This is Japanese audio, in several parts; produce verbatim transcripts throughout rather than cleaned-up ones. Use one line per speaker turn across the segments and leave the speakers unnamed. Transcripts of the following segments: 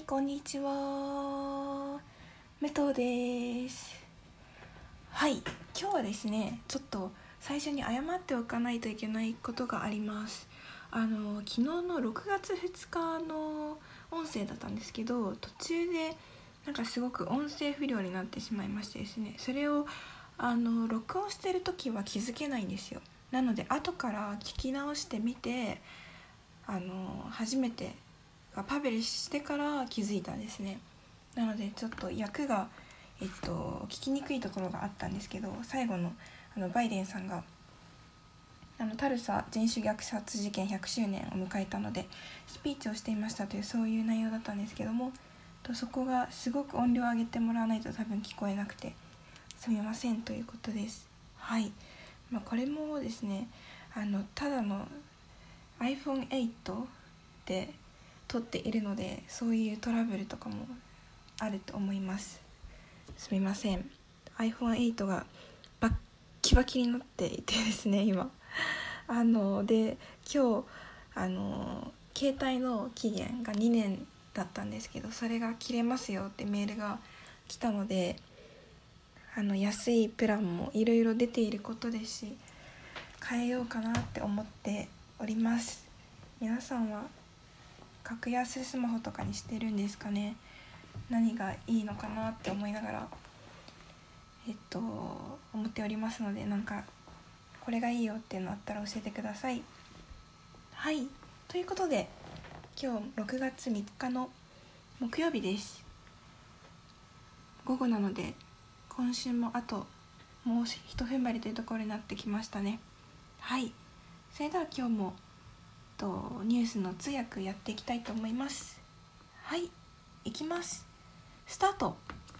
こんにちは。武藤です。はい、今日はですね、ちょっと最初に謝っておかないといけないことがあります。あの昨日のろくがつふつかの音声だったんですけど、途中でなんかすごく音声不良になってしまいましてですね、それをあの録音してる時は気づけないんですよ。なので後から聞き直してみて、あの初めてパブリッシュしてから気づいたんですね。なのでちょっと訳が、えっと、聞きにくいところがあったんですけど、最後の、あのバイデンさんがあのタルサ人種虐殺事件ひゃくしゅうねんを迎えたのでスピーチをしていましたという、そういう内容だったんですけども、とそこがすごく音量を上げてもらわないと多分聞こえなくてすみませんということです。はい、まあ、これもですね、あのただの アイフォンエイト で撮っているので、そういうトラブルとかもあると思います。すみません。 アイフォンエイト がバッキバキになっていてですね、今あので今日あの携帯の期限がにねんだったんですけど、それが切れますよってメールが来たので、あの安いプランもいろいろ出ていることですし、変えようかなって思っております。皆さんは格安スマホとかにしてるんですかね。何がいいのかなって思いながらえっと思っておりますので、なんかこれがいいよっていうのあったら教えてください。はい、ということで今日ろくがつみっかの木曜日です。午後なので今週もあともう一踏ん張りというところになってきましたね。はい、それでは今日もとニュースの通訳やっていきたいと思います。はい、いきます。スタート。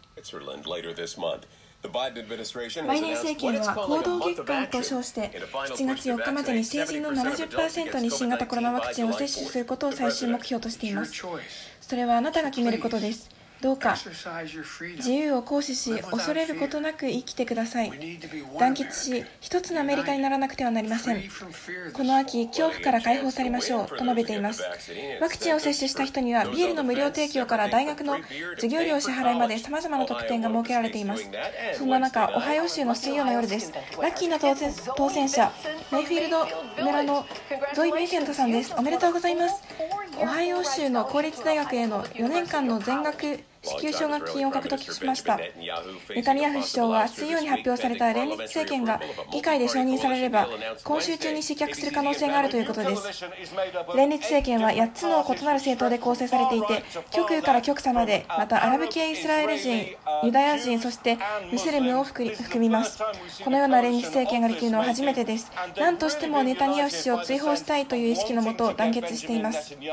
バイデン政権は行動月間と称してしちがつよっかまでに成人の ななじゅっパーセント に新型コロナワクチンを接種することを最終目標としています。それはあなたが決めることです。どうか自由を行使し、恐れることなく生きてください。団結し、一つのアメリカにならなくてはなりません。この秋、恐怖から解放されましょうと述べています。ワクチンを接種した人にはビールの無料提供から大学の授業料支払いまで様々な特典が設けられています。そんな中、オハイオ州の水曜の夜です。ラッキーな当選、当選者メイフィールド村のゾイ・ヴィンセントさんです。おめでとうございます。オハイオ州の公立大学へのよねんかんの全額支給奨学金を獲得しました。ネタニヤフ首相は水曜に発表された連立政権が議会で承認されれば今週中に失脚する可能性があるということです。連立政権はやっつの異なる政党で構成されていて、極右から極左まで、またアラブ系イスラエル人、ユダヤ人、そしてムスリムを含みます。このような連立政権ができるのは初めてです。何としてもネタニヤフ氏を追放したいという意識のもと団結しています。エー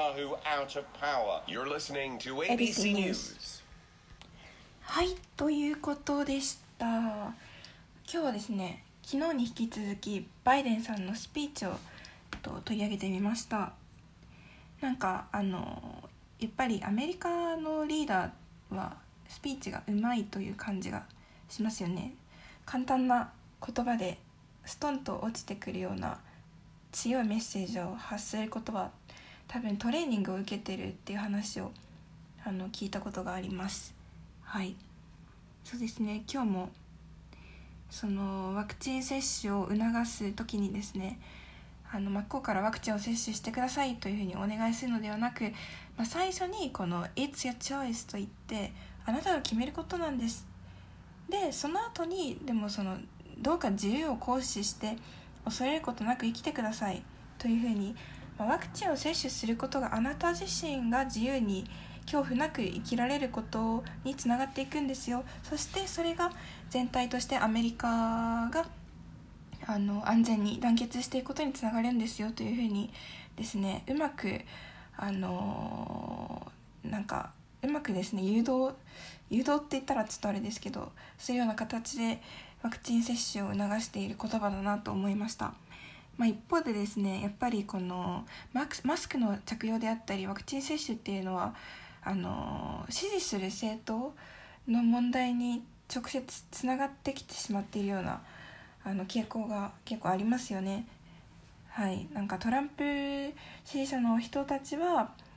ビーシー ニュース。はい、ということでした。今日はですね、昨日に引き続きバイデンさんのスピーチをと取り上げてみました。なんかあのやっぱりアメリカのリーダーはスピーチがうまいという感じがしますよね。簡単な言葉でストンと落ちてくるような強いメッセージを発することは多分トレーニングを受けてるっていう話をあの聞いたことがあります。はい、そうですね。今日もそのワクチン接種を促すときにですね、あの真っ向からワクチンを接種してくださいというふうにお願いするのではなく、まあ、最初にこの It's your choice と言って、あなたが決めることなんです。でその後にでもそのどうか自由を行使して恐れることなく生きてくださいというふうに、まあ、ワクチンを接種することがあなた自身が自由に恐怖なく生きられることにつながっていくんですよ。そしてそれが全体としてアメリカがあの安全に団結していくことにつながるんですよというふうにですね、うまくあのなんかうまくですね誘導誘導って言ったらちょっとあれですけど、そういうような形でワクチン接種を促している言葉だなと思いました。まあ、一方でですね、やっぱりこのマスクの着用であったりワクチン接種っていうのはあの支持する政党の問題に直接つながってきてしまっているようなあの傾向が結構ありますよね。はい、なんかトランプ支持者の人たちは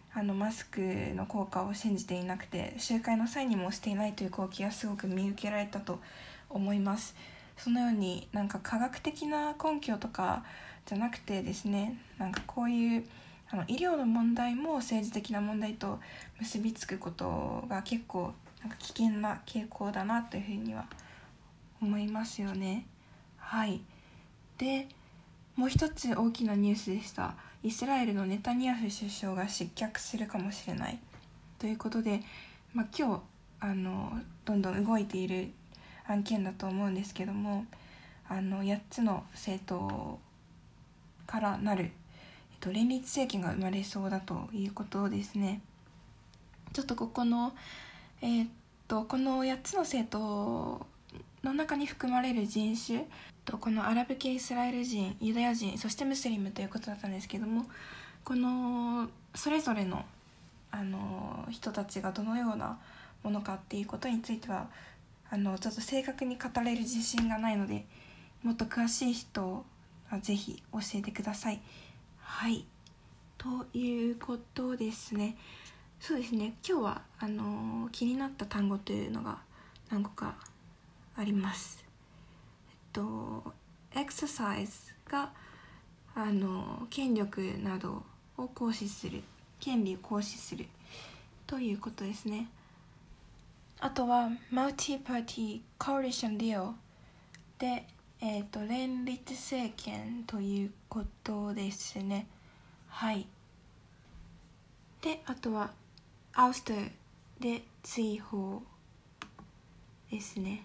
あのマスクの効果を信じていなくて、集会の際にもしていないという光景がすごく見受けられたと思います。そのようになんか科学的な根拠とかじゃなくてですね、なんかこういうあの医療の問題も政治的な問題と結びつくことが結構なんか危険な傾向だなというふうには思いますよね。はい。で、もう一つ大きなニュースでした。イスラエルのネタニヤフ首相が失脚するかもしれないということで、まあ、今日あのどんどん動いている案件だと思うんですけども、あのやっつの政党からなる、えっと、連立政権が生まれそうだということですね。ちょっとここの、えー、っとこのやっつの政党の中に含まれる人種と、このアラブ系イスラエル人、ユダヤ人、そしてムスリムということだったんですけども、このそれぞれの、あの人たちがどのようなものかっていうことについてはあのちょっと正確に語れる自信がないので、もっと詳しい人はぜひ教えてください。はい、ということですね。そうですね、今日はあの気になった単語というのが何個かあります。えっとエクササイズがあの権力などを行使する、権利を行使するということですね。あとはマルチパーティーコアリションディオで、えー、と連立政権ということですね。はい。で、あとはアウスターで追放ですね。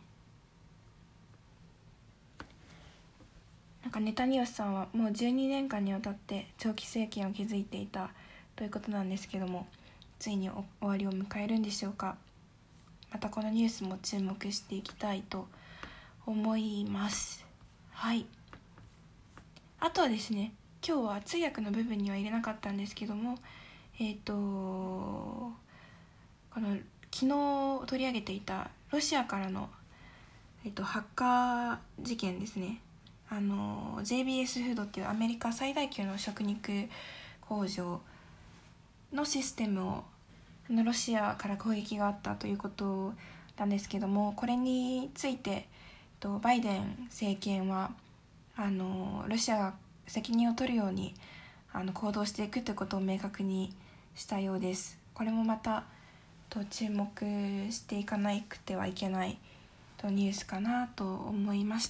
なんかネタニヤフさんはもうじゅうにねんかんにわたって長期政権を築いていたということなんですけども、ついに終わりを迎えるんでしょうか。またこのニュースも注目していきたいと思います。はい。あとはですね、今日は通訳の部分には入れなかったんですけども、えっとこの昨日取り上げていたロシアからの、えっと、ハッカー事件ですね。あの ジェイビーエス フードっていうアメリカ最大級の食肉工場のシステムをロシアから攻撃があったということなんですけども、これについてバイデン政権はあのロシアが責任を取るようにあの行動していくということを明確にしたようです。これもまた注目していかなくてはいけないニュースかなと思いました。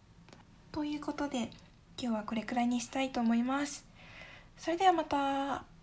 ということで今日はこれくらいにしたいと思います。それではまた。